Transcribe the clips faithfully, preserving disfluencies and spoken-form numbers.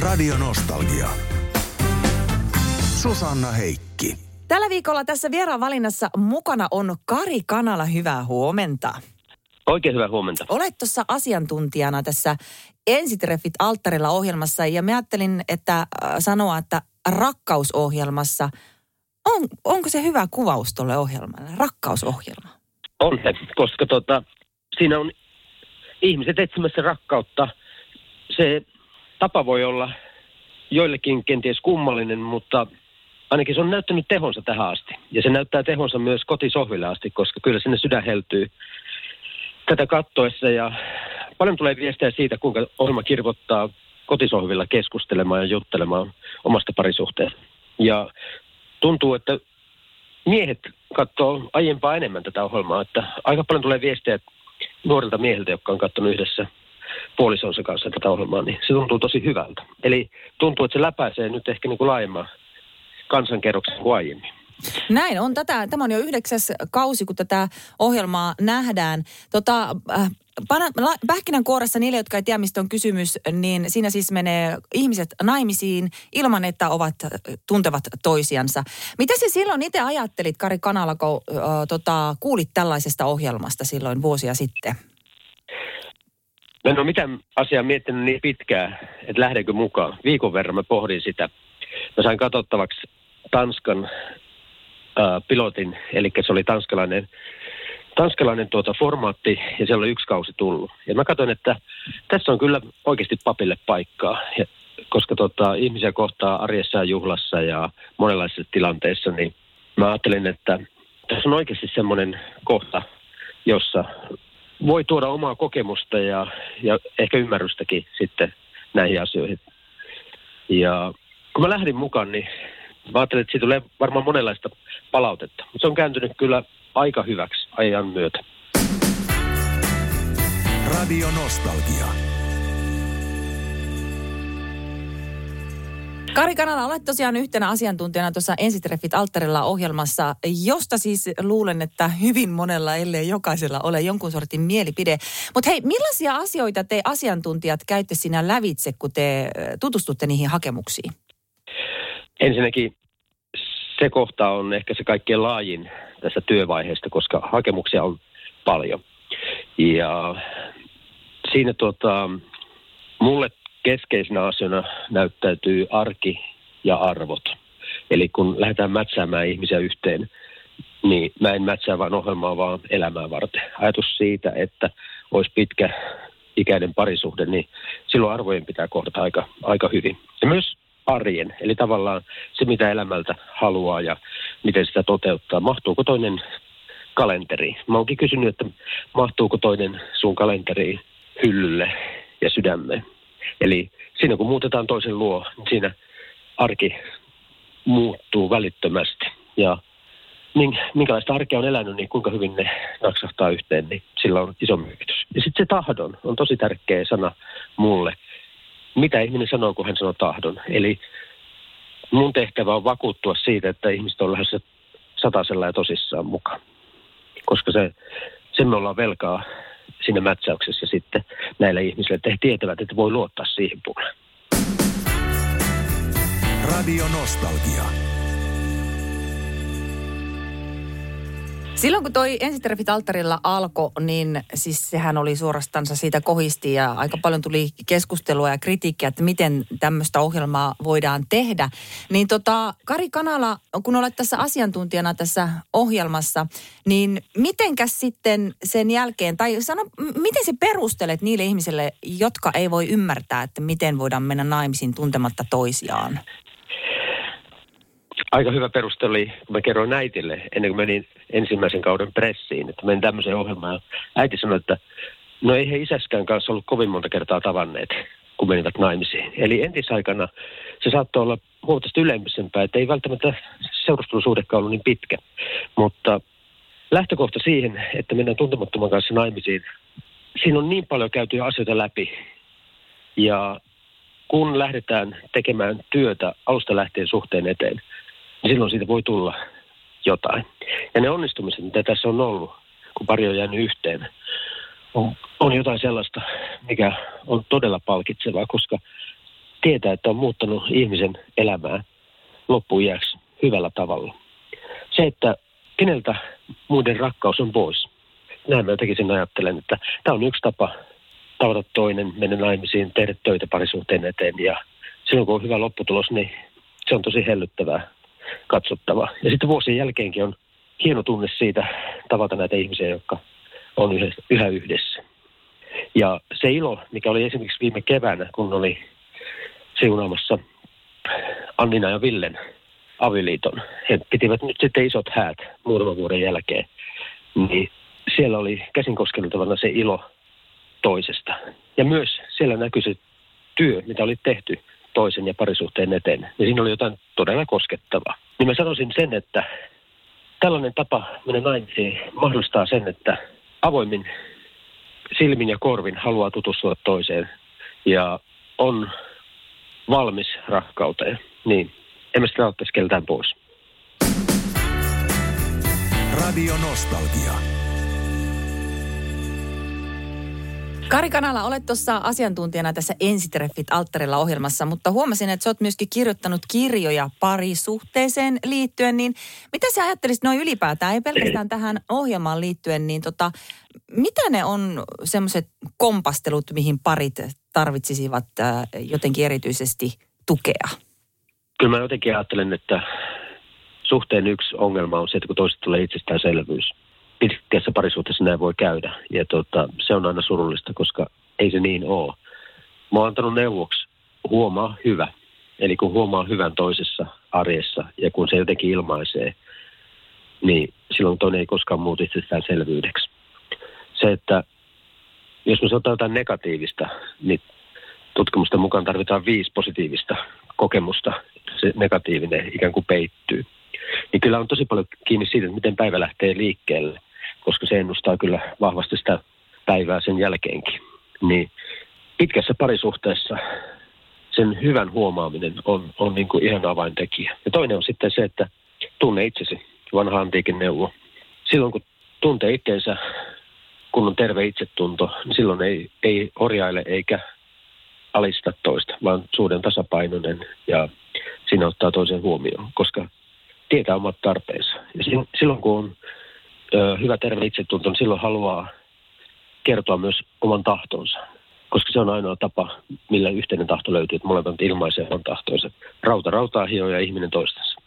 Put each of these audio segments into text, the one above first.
Radio Nostalgia. Susanna Heikki. Tällä viikolla tässä vieraan valinnassa mukana on Kari Kanala. Hyvää huomenta. Oikein hyvää huomenta. Olet tuossa asiantuntijana tässä Ensitreffit alttarilla -ohjelmassa ja mä ajattelin, että äh, sanoa, että rakkausohjelmassa. On, onko se hyvä kuvaus tuolle ohjelmalle? Rakkausohjelma. On se, koska tota, siinä on ihmiset etsimässä rakkautta. Se tapa voi olla joillekin kenties kummallinen, mutta ainakin se on näyttänyt tehonsa tähän asti. Ja se näyttää tehonsa myös kotisohville asti, koska kyllä sinne sydän heltyy tätä kattoessa. Ja paljon tulee viestejä siitä, kuinka ohjelma kirvoittaa kotisohvilla keskustelemaan ja juttelemaan omasta parisuhteesta. Ja tuntuu, että miehet katsoo aiempaa enemmän tätä ohjelmaa. Että aika paljon tulee viestejä nuorilta miehiltä, jotka on katsonut yhdessä puolisonsa kanssa tätä ohjelmaa, niin se tuntuu tosi hyvältä. Eli tuntuu, että se läpäisee nyt ehkä niin kuin laajemman kansankerroksen kuin aiemmin. Näin on. Tätä, tämä on jo yhdeksäs kausi, kun tätä ohjelmaa nähdään. Tota, äh, pähkinänkuoressa niille, jotka ei tiedä, mistä on kysymys, niin siinä siis menee ihmiset naimisiin ilman, että ovat tuntevat toisiansa. Mitä sä silloin itse ajattelit, Kari Kanala, kun äh, tota, kuulit tällaisesta ohjelmasta silloin vuosia sitten? Mä en ole mitään asiaa miettinyt niin pitkään, että lähdenkö mukaan. Viikon verran mä pohdin sitä. Mä sain katsottavaksi Tanskan ää, pilotin, eli se oli tanskalainen, tanskalainen tuota formaatti, ja siellä oli yksi kausi tullut. Ja mä katsoin, että tässä on kyllä oikeasti papille paikkaa, ja, koska tota, ihmisiä kohtaa arjessa ja juhlassa ja monenlaisissa tilanteissa, niin mä ajattelin, että tässä on oikeasti semmoinen kohta, jossa voi tuoda omaa kokemusta ja, ja ehkä ymmärrystäkin sitten näihin asioihin. Ja kun mä lähdin mukaan, niin mä ajattelin, että siitä tulee varmaan monenlaista palautetta. Mutta se on kääntynyt kyllä aika hyväksi ajan myötä. Radio Nostalgia. Kari Kanala, olet tosiaan yhtenä asiantuntijana tuossa Ensitreffit alttarilla -ohjelmassa, josta siis luulen, että hyvin monella, ellei jokaisella ole jonkun sortin mielipide. Mutta hei, millaisia asioita te asiantuntijat käytte siinä lävitse, kun te tutustutte niihin hakemuksiin? Ensinnäkin se kohta on ehkä se kaikkein laajin tässä työvaiheesta, koska hakemuksia on paljon. Ja siinä tuota, mulle keskeisenä asiana näyttäytyy arki ja arvot. Eli kun lähdetään mätsäämään ihmisiä yhteen, niin mä en mätsää vain ohjelmaa, vaan elämää varten. Ajatus siitä, että olisi pitkä ikäinen parisuhde, niin silloin arvojen pitää kohdata aika, aika hyvin. Ja myös arjen, eli tavallaan se, mitä elämältä haluaa ja miten sitä toteuttaa. Mahtuuko toinen kalenteriin? Mä oonkin kysynyt, että mahtuuko toinen sun kalenteriin, hyllylle ja sydämeen. Eli siinä kun muutetaan toisen luo, niin siinä arki muuttuu välittömästi. Ja minkälaista arkea on elänyt, niin kuinka hyvin ne naksahtaa yhteen, niin sillä on iso merkitys. Ja sitten se tahdon on tosi tärkeä sana mulle. Mitä ihminen sanoo, kun hän sanoo tahdon? Eli mun tehtävä on vakuuttua siitä, että ihmiset on lähes satasella ja tosissaan mukaan. Koska se, sen me ollaan velkaa siinä mätsäyksessä sitten näille ihmisille, että he tietävät, että voi luottaa siihen puoleen. Radio Nostalgia. Silloin kun toi Ensitreffit alttarilla alkoi, niin siis sehän oli suorastansa siitä kohisti ja aika paljon tuli keskustelua ja kritiikkiä, että miten tämmöistä ohjelmaa voidaan tehdä. Niin tota, Kari Kanala, kun olet tässä asiantuntijana tässä ohjelmassa, niin mitenkäs sitten sen jälkeen, tai sano, miten sä perustelet niille ihmisille, jotka ei voi ymmärtää, että miten voidaan mennä naimisiin tuntematta toisiaan? Aika hyvä perustelu oli, kun mä kerroin äitille, ennen kuin menin ensimmäisen kauden pressiin, että menin tämmöiseen ohjelmaan. Äiti sanoi, että no ei he isäskään kanssa ollut kovin monta kertaa tavanneet, kun menivät naimisiin. Eli entisaikana se saattoi olla huomattavasti yleisempää, että ei välttämättä seurustelusuhdekaan ollut niin pitkä. Mutta lähtökohta siihen, että mennään tuntemattoman kanssa naimisiin, siinä on niin paljon käytyjä asioita läpi. Ja kun lähdetään tekemään työtä alusta lähtien suhteen eteen, niin silloin siitä voi tulla jotain. Ja ne onnistumiset, mitä tässä on ollut, kun pari on jäänyt yhteen, on, on jotain sellaista, mikä on todella palkitsevaa, koska tietää, että on muuttanut ihmisen elämää loppuiäksi hyvällä tavalla. Se, että keneltä muiden rakkaus on pois. Näin mä jotenkin sen ajattelen, että tämä on yksi tapa tavata toinen, mennä naimisiin, tehdä töitä parisuhteen eteen. Ja silloin kun on hyvä lopputulos, niin se on tosi hellyttävää, katsottavaa. Ja sitten vuosien jälkeenkin on hieno tunne siitä tavata näitä ihmisiä, jotka on yhä yhdessä. Ja se ilo, mikä oli esimerkiksi viime keväänä, kun oli siunaamassa Annina ja Villen avioliiton. He pitivät nyt sitten isot häät muutaman vuoden jälkeen. Niin siellä oli käsin kosketeltavana se ilo toisesta. Ja myös siellä näkyi se työ, mitä oli tehty toisen ja parisuhteen eteen. Ja siinä oli jotain todella koskettavaa. Niin mä sanoisin sen, että tällainen tapa mennä naimisiin mahdollistaa sen, että avoimin silmin ja korvin haluaa tutustua toiseen ja on valmis rakkauteen. Niin, emme sitä ottaisi keltään pois. Radio Nostalgia. Kari Kanala, olet tuossa asiantuntijana tässä Ensitreffit alttarilla -ohjelmassa, mutta huomasin, että sä oot myöskin kirjoittanut kirjoja parisuhteeseen liittyen, niin mitä sä ajattelisit noin ylipäätään, ei pelkästään tähän ohjelmaan liittyen, niin tota, mitä ne on semmoiset kompastelut, mihin parit tarvitsisivat äh, jotenkin erityisesti tukea? Kyllä mä jotenkin ajattelen, että suhteen yksi ongelma on se, että kun toiset tulee itsestäänselvyys. Pitkässä parisuhteessa näin voi käydä. Ja tota, se on aina surullista, koska ei se niin ole. Mä oon antanut neuvoksi huomaa hyvä. Eli kun huomaa hyvän toisessa arjessa ja kun se jotenkin ilmaisee, niin silloin toinen ei koskaan muutu itsestäänselvyydeksi. Se, että jos me sanotaan jotain negatiivista, niin tutkimusten mukaan tarvitaan viisi positiivista kokemusta. Se negatiivinen ikään kuin peittyy. Niin kyllä on tosi paljon kiinni siitä, että miten päivä lähtee liikkeelle, koska se ennustaa kyllä vahvasti sitä päivää sen jälkeenkin. Niin pitkässä parisuhteessa sen hyvän huomaaminen on, on niin kuin ihan avaintekijä. Ja toinen on sitten se, että tunne itsesi, vanha antiikin neuvo. Silloin kun tuntee itseensä, kun on terve itsetunto, niin silloin ei, ei orjaile eikä alista toista, vaan suhden tasapainoinen ja siinä ottaa toisen huomioon, koska tietää omat tarpeensa. Ja silloin kun on ö, hyvä terve itsetunto, niin silloin haluaa kertoa myös oman tahtonsa. Koska se on ainoa tapa, millä yhteinen tahto löytyy, että molemmat ilmaisee oman tahtonsa. Rauta rautaa hioo ja ihminen toistensa.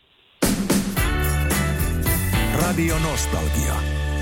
Radio Nostalgia.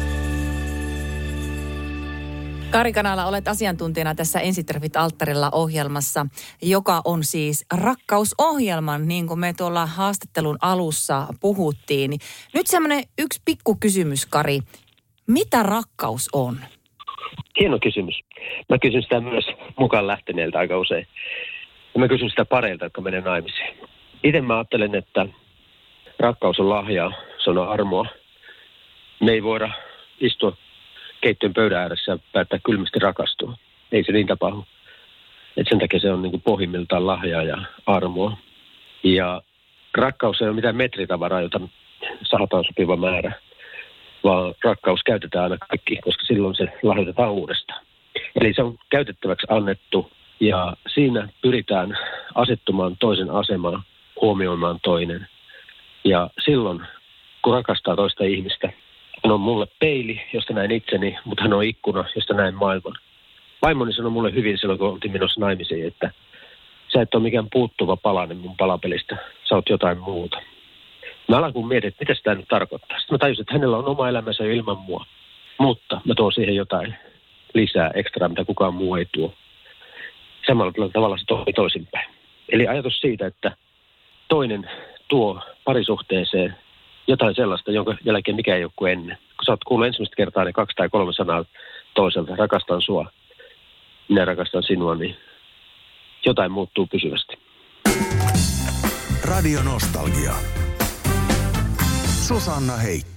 Kari Kanala, olet asiantuntijana tässä Ensitreffit alttarilla -ohjelmassa, joka on siis rakkausohjelman, niin kuin me tuolla haastattelun alussa puhuttiin. Nyt semmoinen yksi pikku kysymys, Kari. Mitä rakkaus on? Hieno kysymys. Mä kysyn sitä myös mukaan lähteneiltä aika usein. Ja mä kysyn sitä pareilta, jotka menee naimisiin. Itse mä ajattelen, että rakkaus on lahjaa, se on armoa. Me ei voida istua keittiön pöydän ääressä ja päättää kylmästi rakastua. Ei se niin tapahdu. Et sen takia se on niin kuin pohjimmiltaan lahjaa ja armoa. Ja rakkaus ei ole mitään metritavaraa, jota sahataan sopiva määrä, vaan rakkaus käytetään aina kaikki, koska silloin se lahjoitetaan uudestaan. Eli se on käytettäväksi annettu ja siinä pyritään asettumaan toisen asemaan, huomioimaan toinen. Ja silloin, kun rakastaa toista ihmistä, hän on mulle peili, josta näen itseni, mutta hän on ikkuna, josta näen maailman. Vaimoni sanoi mulle hyvin silloin, kun oltiin menossa naimisiin, että sä et ole mikään puuttuva palanen mun palapelistä, sä oot jotain muuta. Mä alan kun mietin, että mitä sitä nyt tarkoittaa. Sitten mä tajusin, että hänellä on oma elämänsä jo ilman mua, mutta mä tuon siihen jotain lisää, ekstraa, mitä kukaan muu ei tuo. Samalla tavalla se toimii toisinpäin. Eli ajatus siitä, että toinen tuo parisuhteeseen jotain sellaista, jonka jälkeen mikä ei ole kuin ennen. Kun sä oot kuullut ensimmäistä kertaa ne kaksi tai kolme sanaa toiselta, rakastan sua, minä rakastan sinua, niin jotain muuttuu pysyvästi. Radio Nostalgia. Susanna Heikki.